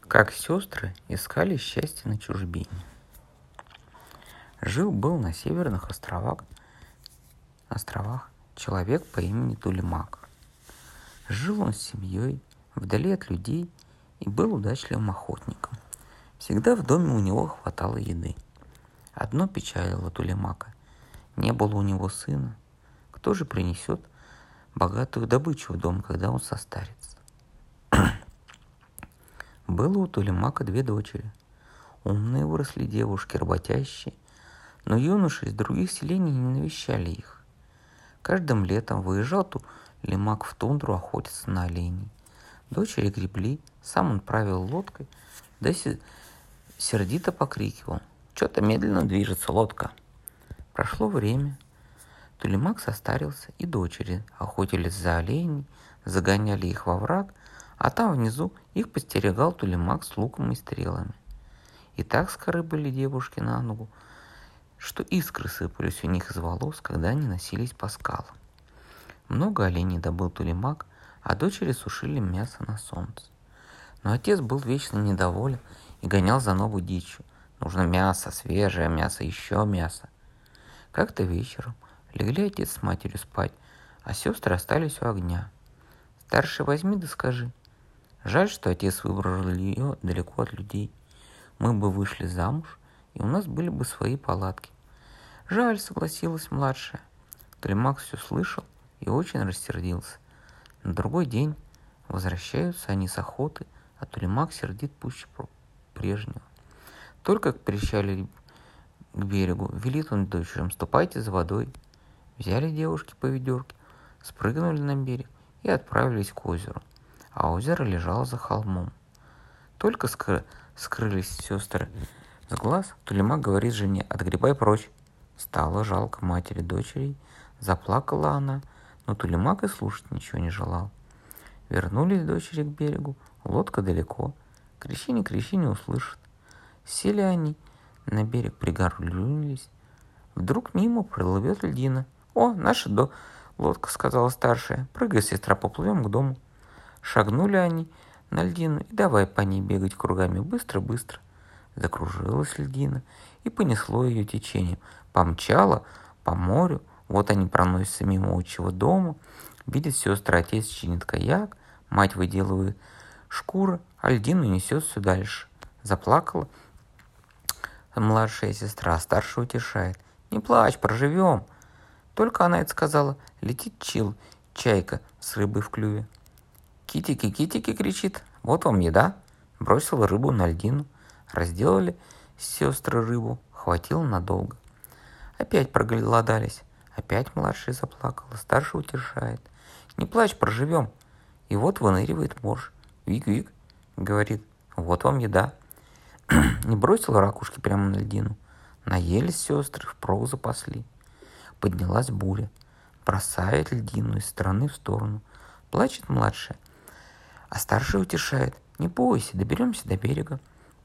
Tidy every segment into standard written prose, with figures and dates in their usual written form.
Как сестры искали счастье на чужбине. Жил-был на северных островах человек по имени Тулемак. Жил он с семьей, вдали от людей, и был удачливым охотником. Всегда в доме у него хватало еды. Одно печалило Тулемака: не было у него сына. Кто же принесет богатую добычу в дом, когда он состарится? Было у Тулемака 2 дочери. Умные выросли девушки, работящие, но юноши из других селений не навещали их. Каждым летом выезжал Тулемак в тундру охотиться на оленей. Дочери гребли, сам он правил лодкой, да сердито покрикивал: «Что-то медленно движется лодка». Прошло время. Тулемак состарился, и дочери охотились за оленей, загоняли их во враг, а там внизу их подстерегал Тулемак с луком и стрелами. И так скоры были девушки на ногу, что искры сыпались у них из волос, когда они носились по скалам. Много оленей добыл Тулемак, а дочери сушили мясо на солнце. Но отец был вечно недоволен и гонял за новой дичью. Нужно мясо, свежее мясо, еще мясо. Как-то вечером легли отец с матерью спать, а сестры остались у огня. «Старший, возьми да скажи. Жаль, что отец выбрал ее далеко от людей. Мы бы вышли замуж, и у нас были бы свои палатки». «Жаль», — согласилась младшая. Тулемак все слышал и очень рассердился. На другой день возвращаются они с охоты, а Тулемак сердит пуще прежнего. Только причалили к берегу, велит он дочерям: «Ступайте за водой». Взяли девушки по ведерке, спрыгнули на берег и отправились к озеру. А озеро лежало за холмом. Только скрылись сестры с глаз, Тулемак говорит жене: «Отгребай прочь». Стало жалко матери дочерей, заплакала она, но Тулемак и слушать ничего не желал. Вернулись дочери к берегу, лодка далеко, кричи не услышат. Сели они на берег, пригорюнились. Вдруг мимо проплывет льдина. «О, наша лодка», — сказала старшая. «Прыгай, сестра, поплывем к дому». Шагнули они на льдину и давай по ней бегать кругами. Быстро-быстро. Закружилась льдина и понесло ее течением. Помчало по морю. Вот они проносятся мимо отчего дома. Видят сестры, отец чинит каяк, мать выделывает шкуры, а льдину несет все дальше. Заплакала младшая сестра, старшая утешает: «Не плачь, проживем». Только она это сказала, летит чайка с рыбой в клюве. «Китики, китики!» — кричит. «Вот вам еда!» Бросила рыбу на льдину. Разделали сестры рыбу, хватило надолго. Опять проголодались. Опять младшая заплакала, старшая утешает: «Не плачь, проживем». И вот выныривает морж. «Вик-вик!» — говорит. «Вот вам еда». Не бросила ракушки прямо на льдину. Наелись сестры, впрок запасли. Поднялась буря. Бросает льдину из стороны в сторону. Плачет младшая, а старшая утешает: «Не бойся, доберемся до берега».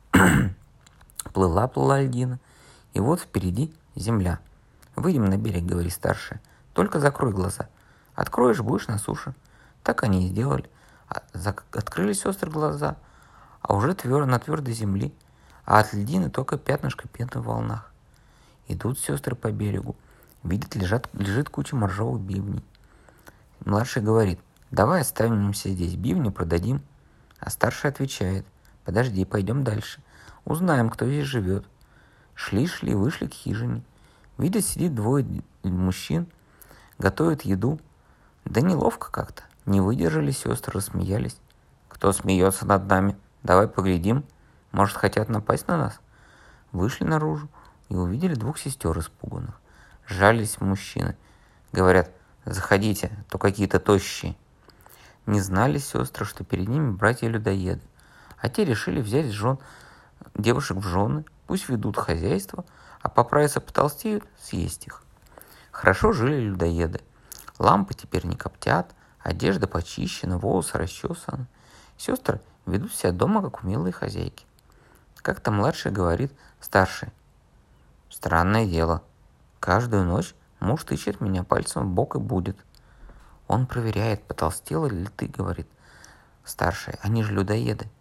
Плыла льдина, и вот впереди земля. «Выйдем на берег», — говорит старшая. «Только закрой глаза. Откроешь — будешь на суше». Так они и сделали. Открыли сестры глаза, а уже на твердой земле, а от льдины только пятнышко пены в волнах. Идут сестры по берегу. Видят, лежит куча моржовых бивней. Младший говорит: «Давай оставимся здесь, бивни продадим». А старший отвечает: «Подожди, пойдем дальше. Узнаем, кто здесь живет». Шли, вышли к хижине. Видят, сидит 2 мужчин, готовят еду. Да неловко как-то. Не выдержали сестры, рассмеялись. «Кто смеется над нами? Давай поглядим. Может, хотят напасть на нас?» Вышли наружу и увидели 2 сестер испуганных. Жались мужчины. Говорят: «Заходите, то какие-то тощие». Не знали сестры, что перед ними братья-людоеды. А те решили взять девушек в жены, пусть ведут хозяйство, а поправиться потолстеют, съесть их. Хорошо жили людоеды. Лампы теперь не коптят, одежда почищена, волосы расчесаны. Сестры ведут себя дома, как умелые хозяйки. Как-то младшая говорит старшей: «Странное дело. Каждую ночь муж тычет меня пальцем в бок и будет». Он проверяет, потолстела ли ты, говорит старшая. «Они же людоеды.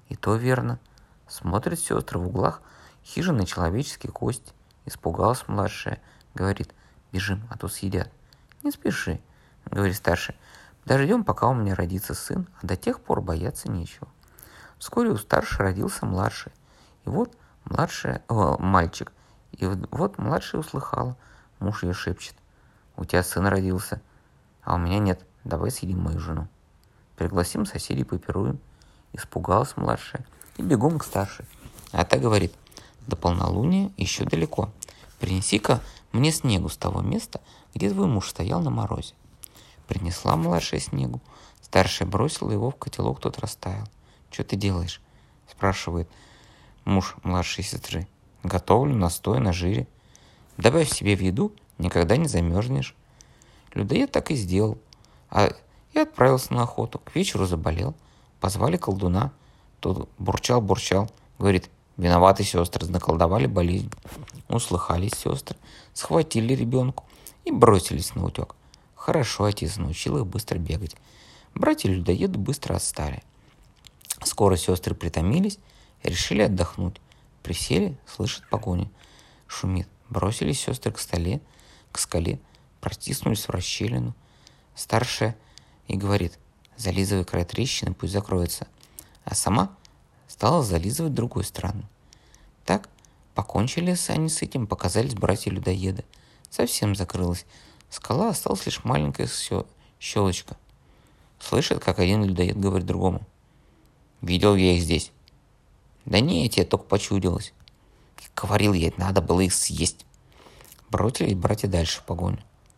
И то верно. Смотрят сестры в углах хижины человеческие кости. Испугалась младшая. Говорит, бежим, а то съедят. Не спеши, говорит старшая. Подождем, пока у меня родится сын, а до тех пор бояться нечего. Вскоре у старшей родился младший. И вот мальчик. И вот младшая услыхала. Муж ее шепчет. У тебя сын родился, а у меня нет. Давай съедим мою жену. Пригласим соседей, попируем. Испугалась младшая и бегом к старшей. А та говорит, до полнолуния еще далеко. Принеси-ка мне снегу с того места, где твой муж стоял на морозе. Принесла младшая снегу. Старшая бросила его в котелок, тот растаял. Что ты делаешь? Спрашивает муж младшей сестры. Готовлю настой на жире. Добавь себе в еду, никогда не замерзнешь. Людоед так и сделал. И отправился на охоту. К вечеру заболел. Позвали колдуна. Тот бурчал. Говорит, виноваты сестры, наколдовали болезнь. Услыхались сестры, схватили ребенку и бросились на утек. Хорошо отец научил их быстро бегать. Братья-людоеды быстро отстали. Скоро сестры притомились, решили отдохнуть. Присели, слышат погоню. Шумит. Бросились сестры к скале, протиснулись в расщелину. Старшая и говорит, зализывай край трещины, пусть закроется. А сама стала зализывать другую сторону. Так покончили они с этим, показались братья-людоеды. Совсем закрылась скала, осталась лишь маленькая щелочка. Слышит, как один людоед говорит другому. Видел я их здесь. Да не, тебе только почудилось. Говорил я, надо было их съесть. Бросились братья дальше в погоню.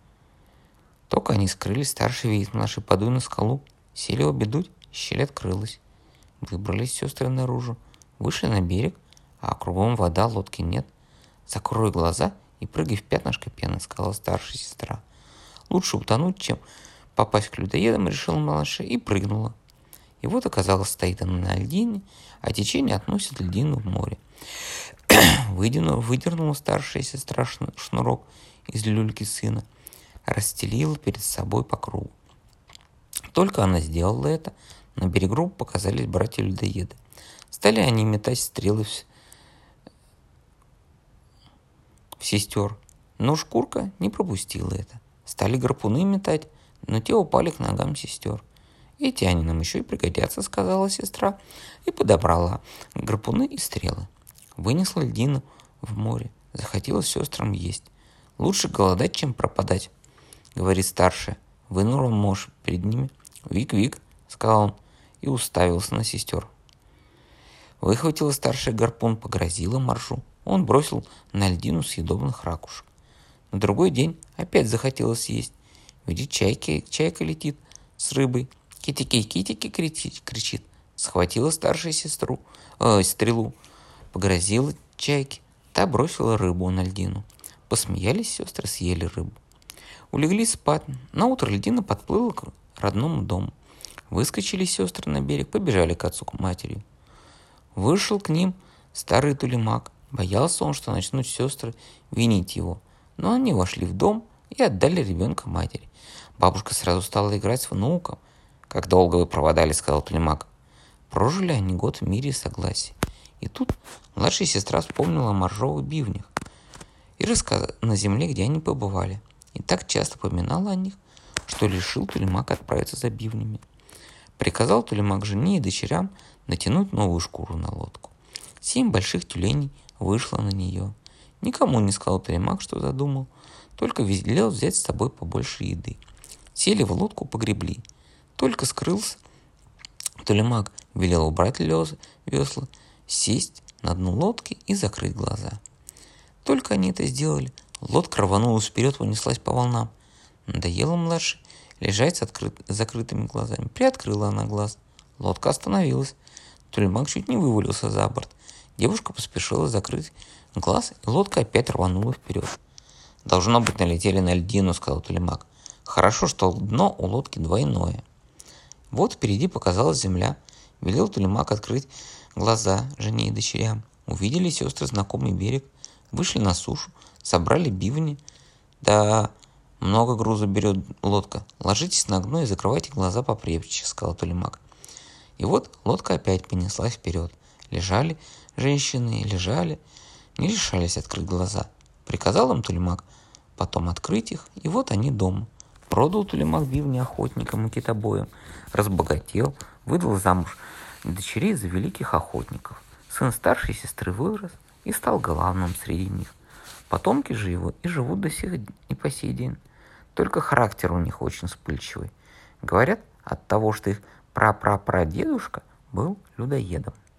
Только они скрылись, старший видит, младший подуй на скалу. Сели обе дуть, щель открылась. Выбрались сестры наружу, вышли на берег, а кругом вода, лодки нет. Закрой глаза и прыгай в пятнышко пены, сказала старшая сестра. Лучше утонуть, чем попасть к людоедам, решила младшая и прыгнула. И вот оказалось, стоит она на льдине, а течение относит льдину в море. Выдернула старшая сестра шнурок из люльки сына, расстелила перед собой по кругу. Только она сделала это, на берегу показались братья-людоеды. Стали они метать стрелы в сестер, но шкурка не пропустила это. Стали гарпуны метать, но те упали к ногам сестер. Эти они нам еще и пригодятся, сказала сестра, и подобрала гарпуны и стрелы. Вынесла льдину в море, захотелось сестрам есть. Лучше голодать, чем пропадать, говорит старшая. Вынул нож перед ними. Вик-вик, сказал он, и уставился на сестер. Выхватила старшая гарпун, погрозила моржу. Он бросил на льдину съедобных ракушек. На другой день опять захотелось есть. Видит, чайка летит с рыбой. Китики, кричит. Схватила старшая стрелу, погрозила чайке. Та бросила рыбу на льдину. Посмеялись сестры, съели рыбу. Улеглись спать. Наутро льдина подплыла к родному дому. Выскочили сестры на берег, побежали к отцу, к матери. Вышел к ним старый Тулемак. Боялся он, что начнут сестры винить его. Но они вошли в дом и отдали ребенка матери. Бабушка сразу стала играть с внуком. «Как долго вы проводали», — сказал Тулемак. Прожили они год в мире и согласии. И тут младшая сестра вспомнила о моржовых бивнях и рассказала на земле, где они побывали. И так часто поминала о них, что решил Тулемак отправиться за бивнями. Приказал Тулемак жене и дочерям натянуть новую шкуру на лодку. 7 больших тюленей вышло на нее. Никому не сказал Тулемак, что задумал, только велел взять с собой побольше еды. Сели в лодку, погребли. Только скрылся, Тулемак велел убрать весла, сесть на дно лодки и закрыть глаза. Только они это сделали, лодка рванулась вперед, унеслась по волнам. Надоело младшей лежать с закрытыми глазами. Приоткрыла она глаз. Лодка остановилась. Тулемак чуть не вывалился за борт. Девушка поспешила закрыть глаз, и лодка опять рванула вперед. «Должно быть, налетели на льдину», — сказал Тулемак. «Хорошо, что дно у лодки двойное». Вот впереди показалась земля. Велел Тулемак открыть глаза жене и дочерям. Увидели сестры знакомый берег, вышли на сушу, собрали бивни. «Да, много груза берет лодка. Ложитесь на дно и закрывайте глаза попрежде», — сказал Тулемак. И вот лодка опять понеслась вперед. Лежали женщины, лежали, не решались открыть глаза. Приказал им Тулемак потом открыть их, и вот они дома. Продал Тулемак бивни охотникам и китобоям, разбогател, выдал замуж дочерей за великих охотников. Сын старшей сестры вырос и стал главным среди них. Потомки же его и живут до сих и по сей день. Только характер у них очень вспыльчивый. Говорят, от того, что их прапрапрадедушка был людоедом.